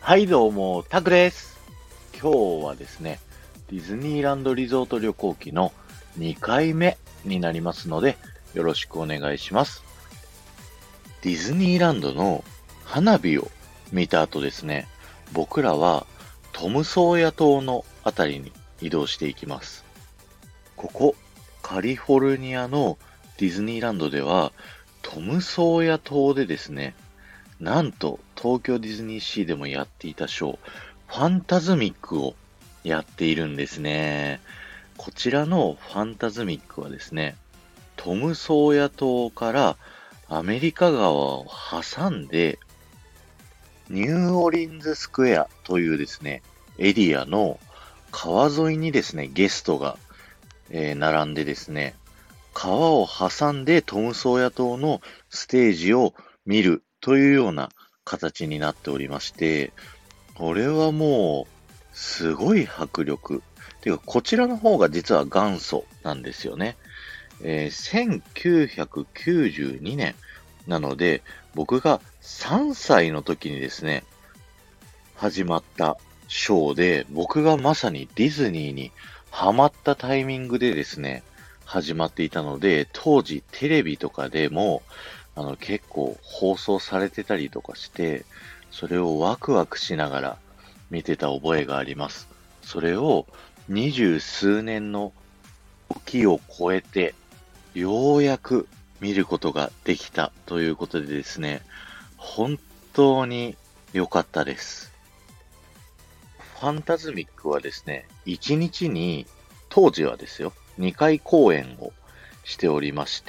はいどうも、タクです。今日はですね、ディズニーランドリゾート旅行記の2回目になりますので、よろしくお願いします。ディズニーランドの花火を見た後ですね、僕らはトムソーヤ島のあたりに移動していきます。ここ、カリフォルニアのディズニーランドでは、トムソーヤ島でですね、なんと、東京ディズニーシーでもやっていたショー、ファンタズミックをやっているんですね。こちらのファンタズミックはですね、トムソーヤ島からアメリカ川を挟んで、ニューオリンズスクエアというですね、エリアの川沿いにですね、ゲストが、並んでですね、川を挟んでトムソーヤ島のステージを見るというような形になっておりまして、これはもう、すごい迫力。ていうか、こちらの方が実は元祖なんですよね。1992年なので、僕が3歳の時にですね、始まったショーで、僕がまさにディズニーにハマったタイミングでですね、始まっていたので、当時テレビとかでも、結構放送されてたりとかして、それをワクワクしながら見てた覚えがあります。それを二十数年の時を超えて、ようやく見ることができたということでですね、本当に良かったです。ファンタズミックはですね、1日に、当時はですよ、2回公演をしておりまして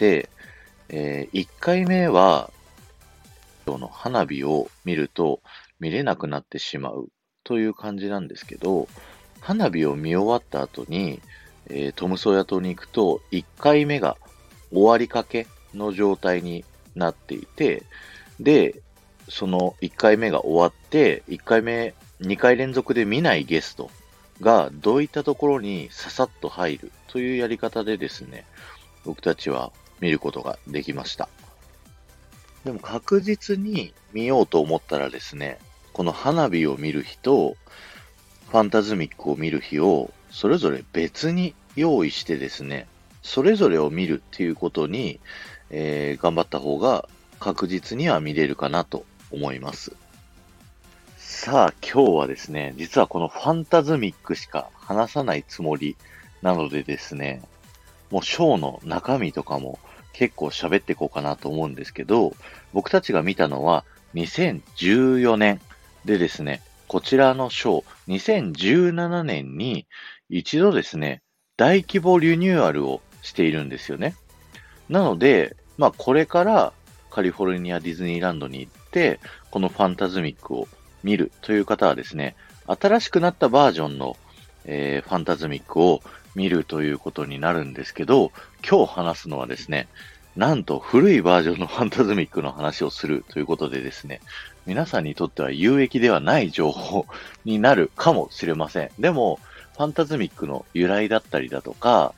、1回目は、今日の花火を見ると見れなくなってしまうという感じなんですけど、花火を見終わった後に、トムソーヤ島に行くと、1回目が終わりかけの状態になっていて、で、その1回目が終わって、1回目、2回連続で見ないゲストがどういったところにささっと入るというやり方でですね、僕たちは見ることができました。でも確実に見ようと思ったらですね、この花火を見る日とファンタズミックを見る日をそれぞれ別に用意してですね、それぞれを見るっていうことに、頑張った方が確実には見れるかなと思います。さあ、今日はですね、実はこのファンタズミックしか話さないつもりなのでですね、もうショーの中身とかも結構喋っていこうかなと思うんですけど、僕たちが見たのは2014年でですね、こちらのショー、2017年に一度ですね、大規模リニューアルをしているんですよね。なので、まあこれからカリフォルニアディズニーランドに行って、このファンタズミックを見るという方はですね、新しくなったバージョンの、ファンタズミックを見るということになるんですけど、今日話すのはですね、なんと古いバージョンのファンタズミックの話をするということでですね、皆さんにとっては有益ではない情報になるかもしれません。でも、ファンタズミックの由来だったりだとか、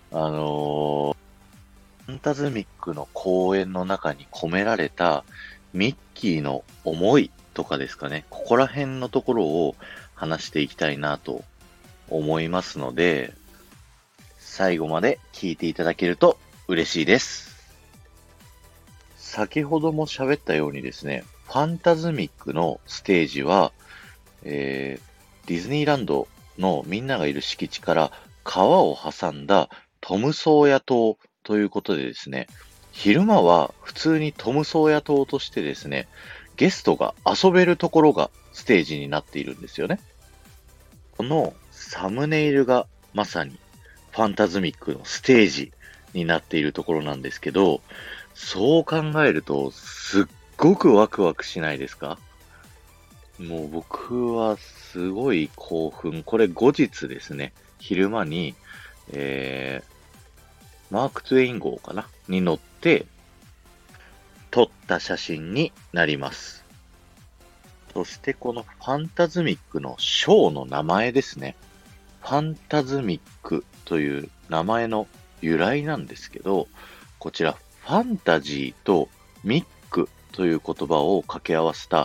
ファンタズミックの公演の中に込められたミッキーの思いとかですかね、ここら辺のところを話していきたいなと思いますので、最後まで聞いていただけると嬉しいです。先ほども喋ったようにですね、ファンタズミックのステージは、ディズニーランドのみんながいる敷地から川を挟んだトムソーヤ島ということでですね、昼間は普通にトムソーヤ島としてですね、ゲストが遊べるところがステージになっているんですよね。このサムネイルがまさにファンタズミックのステージになっているところなんですけど、そう考えるとすっごくワクワクしないですか？もう僕はすごい興奮。これ後日ですね、昼間に、マーク・トゥエイン号かなに乗って撮った写真になります。そしてこのファンタズミックのショーの名前ですね。ファンタズミックという名前の由来なんですけど、こちらファンタジーとミックという言葉を掛け合わせた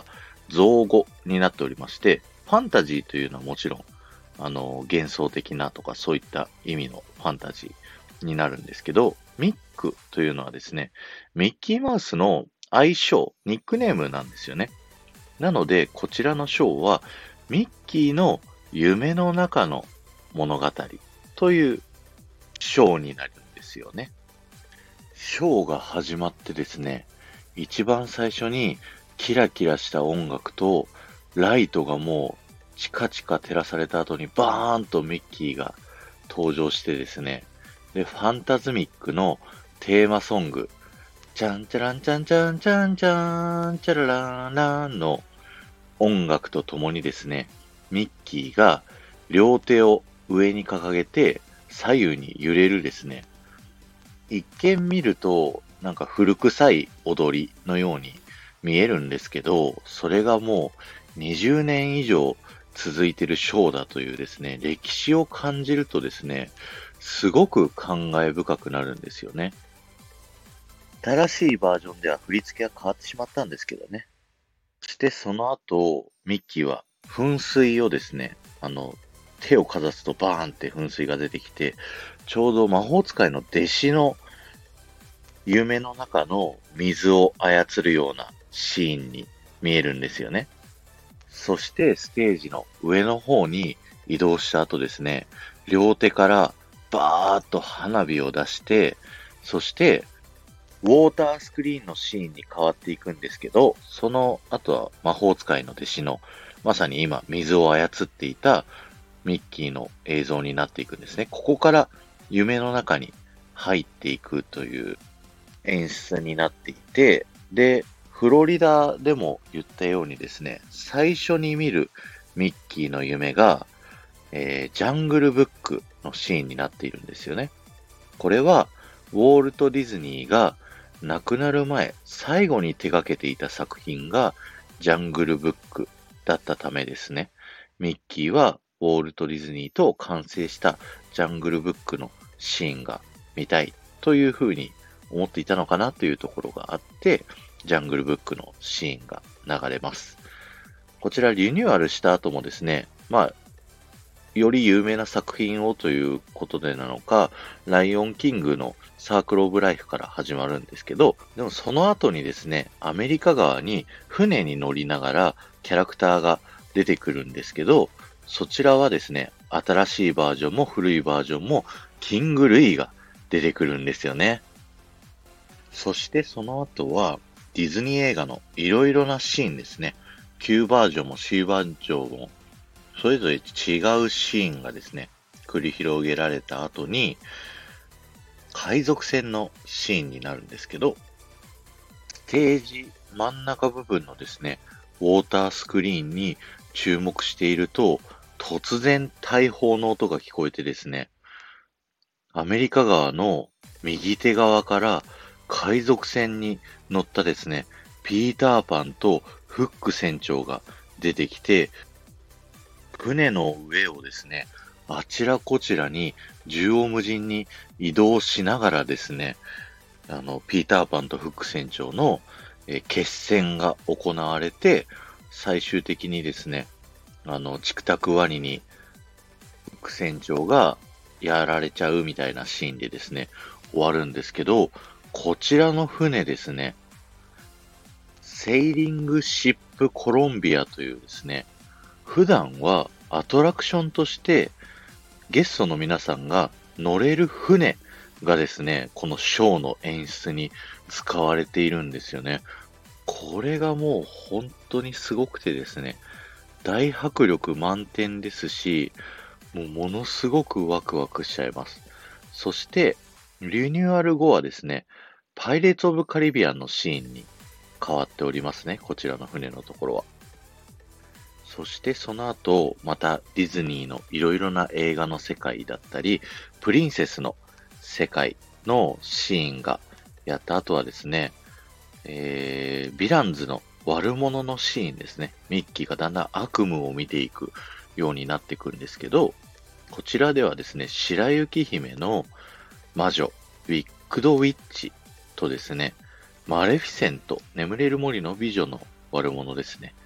造語になっておりまして、ファンタジーというのはもちろん、幻想的なとかそういった意味のファンタジーになるんですけど、ミックというのはですね、ミッキーマウスの愛称、ニックネームなんですよね。なので、こちらのショーは、ミッキーの夢の中の物語というショーになるんですよね。ショーが始まってですね、一番最初にキラキラした音楽とライトがもうチカチカ照らされた後にバーンとミッキーが登場してですね、で、ファンタズミックのテーマソング、チャンチャランチャンチャンチャンチャンチャララーラーンの音楽とともにですね、ミッキーが両手を上に掲げて左右に揺れるですね、一見見るとなんか古臭い踊りのように見えるんですけど、それがもう20年以上続いてるショーだというですね、歴史を感じるとですね、すごく感慨深くなるんですよね。新しいバージョンでは振り付けは変わってしまったんですけどね。そしてその後、ミッキーは噴水をですね、手をかざすとバーンって噴水が出てきて、ちょうど魔法使いの弟子の夢の中の水を操るようなシーンに見えるんですよね。そしてステージの上の方に移動した後ですね、両手からバーッと花火を出して、そしてウォータースクリーンのシーンに変わっていくんですけど、その後は魔法使いの弟子の、まさに今水を操っていたミッキーの映像になっていくんですね。ここから夢の中に入っていくという演出になっていて、で、フロリダでも言ったようにですね、最初に見るミッキーの夢が、ジャングルブックのシーンになっているんですよね。これは、ウォルト・ディズニーが亡くなる前、最後に手掛けていた作品がジャングルブックだったためですね。ミッキーはウォルト・ディズニーと完成したジャングルブックのシーンが見たいというふうに思っていたのかなというところがあって、ジャングルブックのシーンが流れます。こちらリニューアルした後もですね、より有名な作品をということでなのか、ライオンキングのサークルオブライフから始まるんですけど、でもその後にですね、アメリカ側に船に乗りながらキャラクターが出てくるんですけど、そちらはですね、新しいバージョンも古いバージョンもキングルイが出てくるんですよね。そしてその後はディズニー映画のいろいろなシーンですね。Q バージョンも C バージョンもそれぞれ違うシーンがですね、繰り広げられた後に、海賊船のシーンになるんですけど、ステージ真ん中部分のですね、ウォータースクリーンに注目していると、突然大砲の音が聞こえてですね、アメリカ側の右手側から海賊船に乗ったですね、ピーターパンとフック船長が出てきて、船の上をですね、あちらこちらに縦横無尽に移動しながらですね、ピーターパンとフック船長の、決戦が行われて、最終的にですね、チクタクワニにフック船長がやられちゃうみたいなシーンでですね、終わるんですけど、こちらの船ですね、セイリングシップコロンビアというですね、普段はアトラクションとしてゲストの皆さんが乗れる船がですね、このショーの演出に使われているんですよね。これがもう本当にすごくてですね、大迫力満点ですし、もうものすごくワクワクしちゃいます。そして、リニューアル後はですね、パイレーツ・オブ・カリビアンのシーンに変わっておりますね、こちらの船のところは。そしてその後、またディズニーのいろいろな映画の世界だったり、プリンセスの世界のシーンがやった後はですね、ヴィランズの悪者のシーンですね。ミッキーがだんだん悪夢を見ていくようになっていくんですけど、こちらではですね、白雪姫の魔女、ウィックドウィッチとですね、マレフィセント、眠れる森の美女の悪者ですね。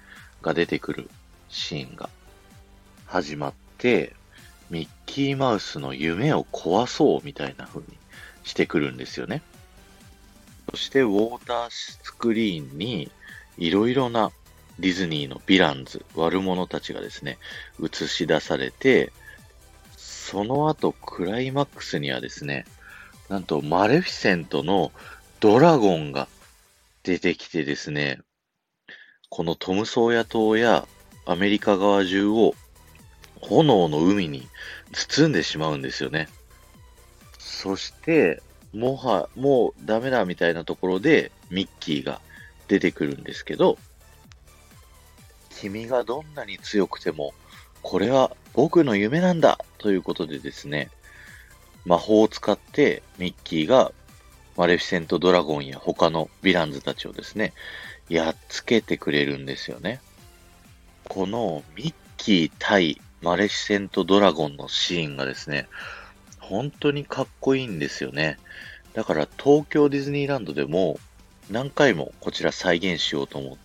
が出てくるシーンが始まって、ミッキーマウスの夢を壊そうみたいな風にしてくるんですよね。そしてウォータースクリーンにいろいろなディズニーのヴィランズ、悪者たちがですね、映し出されて、その後クライマックスにはですね、なんとマレフィセントのドラゴンが出てきてですね、このトムソーヤ島やアメリカ側中を炎の海に包んでしまうんですよね。そして、もうダメだみたいなところでミッキーが出てくるんですけど、君がどんなに強くても、これは僕の夢なんだということでですね、魔法を使ってミッキーがマレフィセントドラゴンや他のヴィランズたちをですね、やっつけてくれるんですよね。このミッキー対マレフィセントドラゴンのシーンがですね、本当にかっこいいんですよね。だから東京ディズニーランドでも何回もこちら再現しようと思って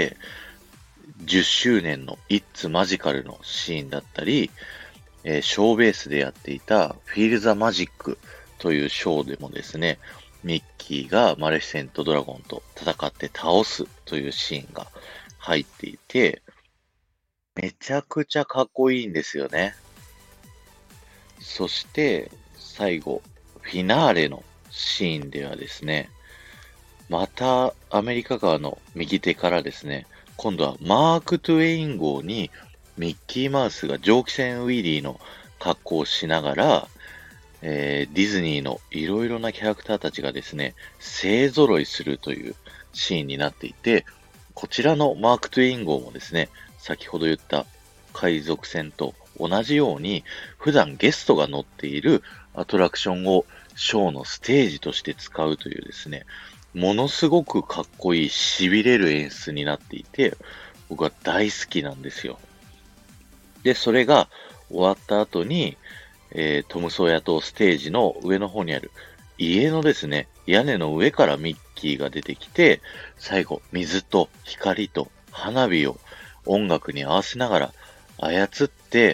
、10周年の It's Magical のシーンだったり、ショーベースでやっていた Feel the Magic というショーでもですね、ミッキーがマレフィセントドラゴンと戦って倒すというシーンが入っていて、めちゃくちゃかっこいいんですよね。そして、最後、フィナーレのシーンではですね、またアメリカ側の右手からですね、今度はマーク・トゥエイン号にミッキーマウスが蒸気船ウィリーの格好をしながら、ディズニーのいろいろなキャラクターたちがですね、勢揃いするというシーンになっていて、こちらのマーク・トゥエイン号もですね、先ほど言った海賊船と同じように、普段ゲストが乗っているアトラクションをショーのステージとして使うというですね、ものすごくかっこいい痺れる演出になっていて、僕は大好きなんですよ。で、それが終わった後に、トム・ソーヤとステージの上の方にある家のですね、屋根の上からミッキーが出てきて、最後、水と光と花火を音楽に合わせながら操って、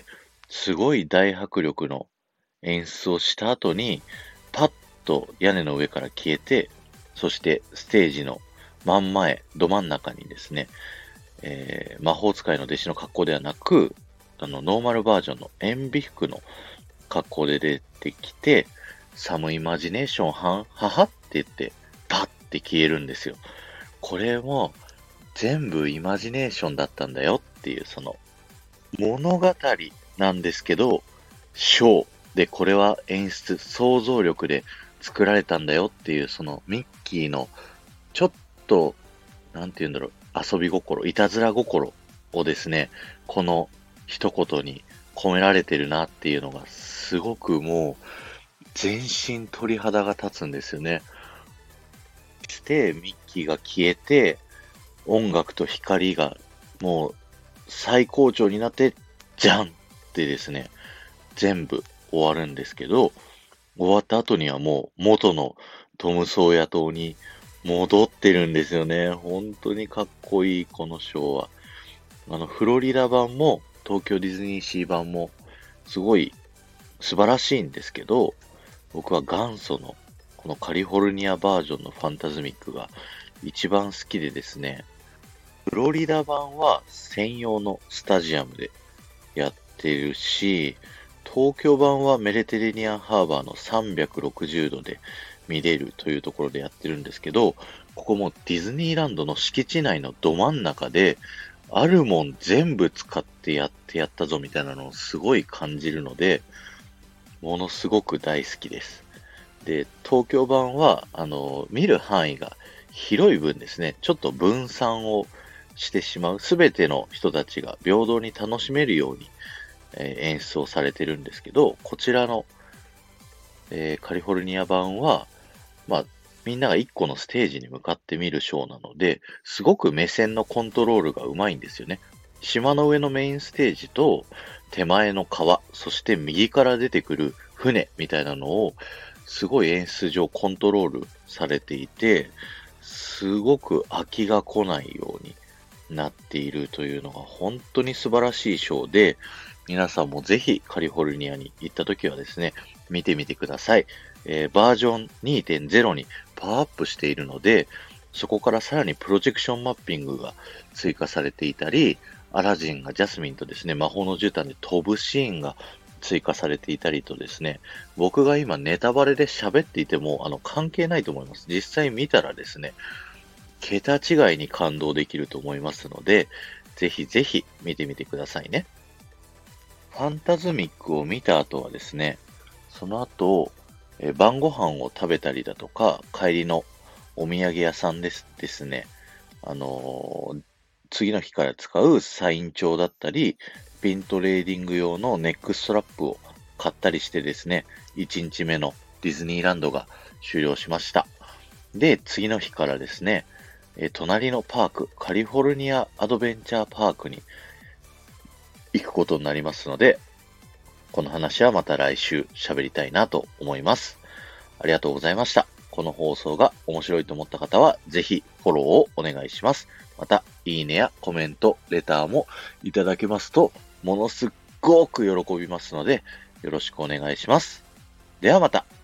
すごい大迫力の演出をした後に、パッと屋根の上から消えて、そしてステージの真ん前、ど真ん中にですね、魔法使いの弟子の格好ではなく、ノーマルバージョンの塩ビ服の格好で出てきて、サムイマジネーションははって言って、パッて消えるんですよ。これも全部イマジネーションだったんだよっていう、その物語なんですけど、ショーでこれは演出、想像力で作られたんだよっていう、そのミッキーのちょっと、なんて言うんだろう、遊び心、いたずら心をですね、この一言に込められてるなっていうのが、すごくもう、全身鳥肌が立つんですよね。して、ミッキーが消えて、音楽と光がもう最高潮になって、じゃんってですね、全部終わるんですけど、終わった後にはもう元のトム・ソーヤ島に戻ってるんですよね。本当にかっこいい、このショーは。フロリダ版も、東京ディズニーシー版も、すごい素晴らしいんですけど、僕は元祖の、このカリフォルニアバージョンのファンタズミックが一番好きでですね、フロリダ版は専用のスタジアムでやってるし、東京版はメディテレニアンハーバーの360度で見れるというところでやってるんですけど、ここもディズニーランドの敷地内のど真ん中で、あるもん全部使ってやったぞみたいなのをすごい感じるので、ものすごく大好きです。で、東京版は、見る範囲が広い分ですね、ちょっと分散をしてしまう、すべての人たちが平等に楽しめるように、演出をされてるんですけど、こちらの、カリフォルニア版は、まあ、みんなが一個のステージに向かって見るショーなので、すごく目線のコントロールがうまいんですよね。島の上のメインステージと、手前の川、そして右から出てくる船みたいなのを、すごい演出上コントロールされていて、すごく飽きが来ないようになっているというのが本当に素晴らしいショーで、皆さんもぜひカリフォルニアに行った時はですね、見てみてください。バージョン2.0にパワーアップしているので、そこからさらにプロジェクションマッピングが追加されていたり、アラジンがジャスミンとですね、魔法の絨毯で飛ぶシーンが追加されていたりとですね、僕が今ネタバレで喋っていても、関係ないと思います。実際見たらですね、桁違いに感動できると思いますので、ぜひぜひ見てみてくださいね。ファンタズミックを見た後はですね、その後、晩ご飯を食べたりだとか、帰りのお土産屋さんですね、あのー次の日から使うサイン帳だったり、ピントレーディング用のネックストラップを買ったりしてですね、1日目のディズニーランドが終了しました。で、次の日からですね、隣のパーク、カリフォルニアアドベンチャーパークに行くことになりますので、この話はまた来週喋りたいなと思います。ありがとうございました。この放送が面白いと思った方は、ぜひフォローをお願いします。また、いいねやコメント、レターもいただけますと、ものすっごく喜びますので、よろしくお願いします。ではまた。